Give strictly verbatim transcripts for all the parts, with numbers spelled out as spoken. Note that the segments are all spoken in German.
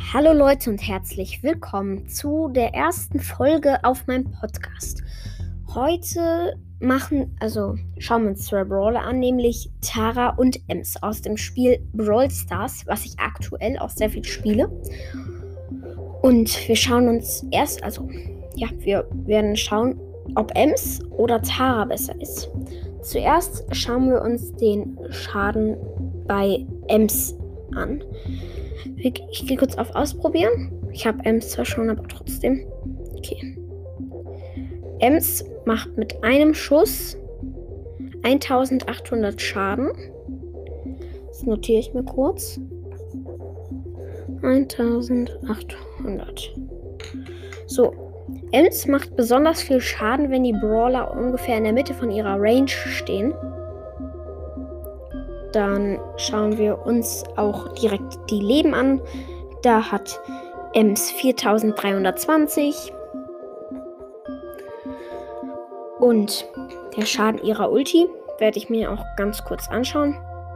Hallo Leute und herzlich willkommen zu der ersten Folge auf meinem Podcast. Heute machen, also schauen wir uns zwei Brawler an, nämlich Tara und Ems aus dem Spiel Brawl Stars, was ich aktuell auch sehr viel spiele. Und wir schauen uns erst, also ja, wir werden schauen, ob Ems oder Tara besser ist. Zuerst schauen wir uns den Schaden bei Ems an. Ich gehe kurz auf Ausprobieren. Ich habe Ems zwar schon, aber trotzdem. Okay. Ems macht mit einem Schuss eintausendachthundert Schaden. Das notiere ich mir kurz. eintausendachthundert. So. Ems macht besonders viel Schaden, wenn die Brawler ungefähr in der Mitte von ihrer Range stehen. Dann schauen wir uns auch direkt die Leben an. Da hat Ems viertausenddreihundertzwanzig. Und der Schaden ihrer Ulti werde ich mir auch ganz kurz anschauen.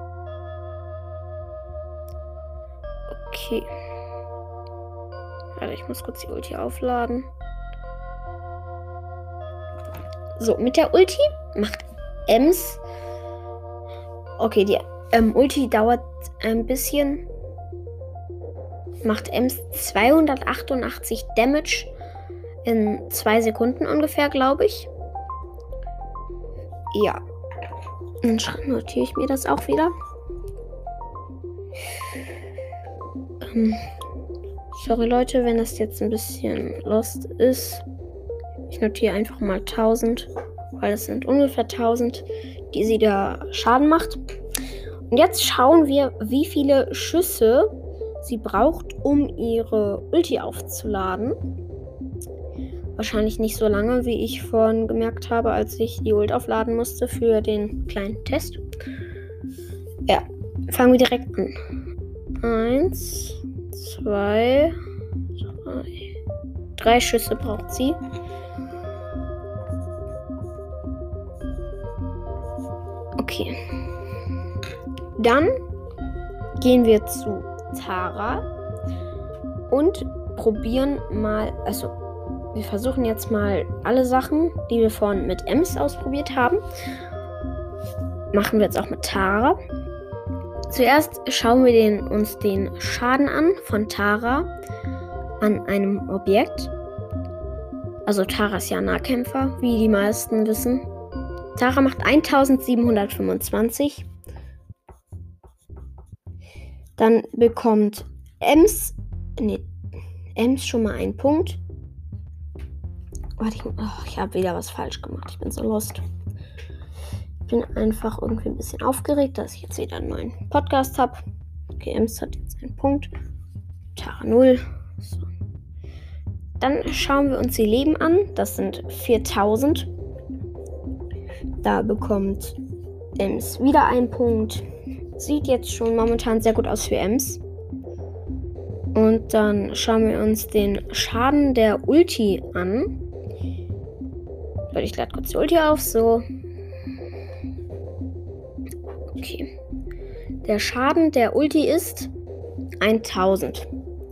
Okay. Warte, ich muss kurz die Ulti aufladen. So, mit der Ulti macht Ems... Okay, die ähm, Ulti dauert ein bisschen. Macht Ems zweihundertachtundachtzig Damage in zwei Sekunden ungefähr, glaube ich. Ja. Dann notiere ich mir das auch wieder. Ähm, sorry Leute, wenn das jetzt ein bisschen lost ist. Ich notiere einfach mal tausend, weil es sind ungefähr tausend, die sie da Schaden macht. Und jetzt schauen wir, wie viele Schüsse sie braucht, um ihre Ulti aufzuladen. Wahrscheinlich nicht so lange, wie ich vorhin gemerkt habe, als ich die Ult aufladen musste für den kleinen Test. Ja, fangen wir direkt an. Eins, zwei, drei. Drei Schüsse braucht sie. Okay. Dann gehen wir zu Tara und probieren mal, also wir versuchen jetzt mal alle Sachen, die wir vorhin mit Ems ausprobiert haben, machen wir jetzt auch mit Tara. Zuerst schauen wir den, uns den Schaden an von Tara an einem Objekt. Also Tara ist ja Nahkämpfer, wie die meisten wissen. Tara macht eintausendsiebenhundertfünfundzwanzig. Dann bekommt Ems, nee, Ems schon mal einen Punkt. Warte, ich, oh, ich habe wieder was falsch gemacht. Ich bin so lost. Ich bin einfach irgendwie ein bisschen aufgeregt, dass ich jetzt wieder einen neuen Podcast habe. Okay, Ems hat jetzt einen Punkt. Tara null. So. Dann schauen wir uns die Leben an. Das sind viertausend. Da bekommt Ems wieder einen Punkt. Sieht jetzt schon momentan sehr gut aus für Ems. Und dann schauen wir uns den Schaden der Ulti an. Ich lade kurz die Ulti auf. So. Okay. Der Schaden der Ulti ist eintausend.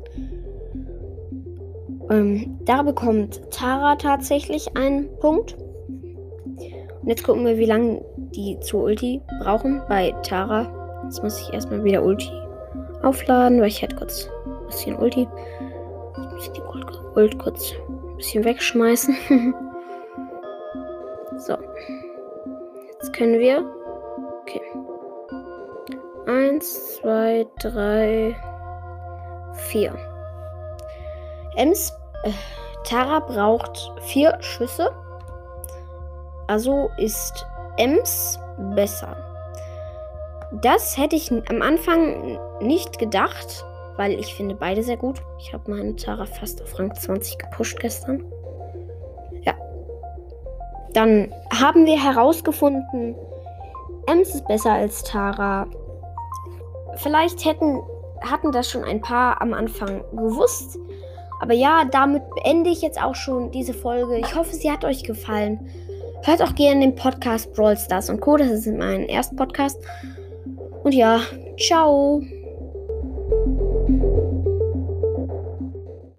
Ähm, da bekommt Tara tatsächlich einen Punkt. Und jetzt gucken wir, wie lange die zur Ulti brauchen bei Tara. Jetzt muss ich erstmal wieder Ulti aufladen, weil ich hätte kurz ein bisschen Ulti. Jetzt muss ich die Ult kurz ein bisschen wegschmeißen. So. Jetzt können wir. Okay. Eins, zwei, drei, vier. Ems. Äh, Tara braucht vier Schüsse. Also ist Ems besser. Das hätte ich am Anfang nicht gedacht, weil ich finde beide sehr gut. Ich habe meine Tara fast auf Rang zwanzig gepusht gestern. Ja. Dann haben wir herausgefunden, Ems ist besser als Tara. Vielleicht hätten, hatten das schon ein paar am Anfang gewusst. Aber ja, damit beende ich jetzt auch schon diese Folge. Ich hoffe, sie hat euch gefallen. Hört auch gerne den Podcast Brawl Stars und Co. Das ist mein erster Podcast. Und ja, ciao.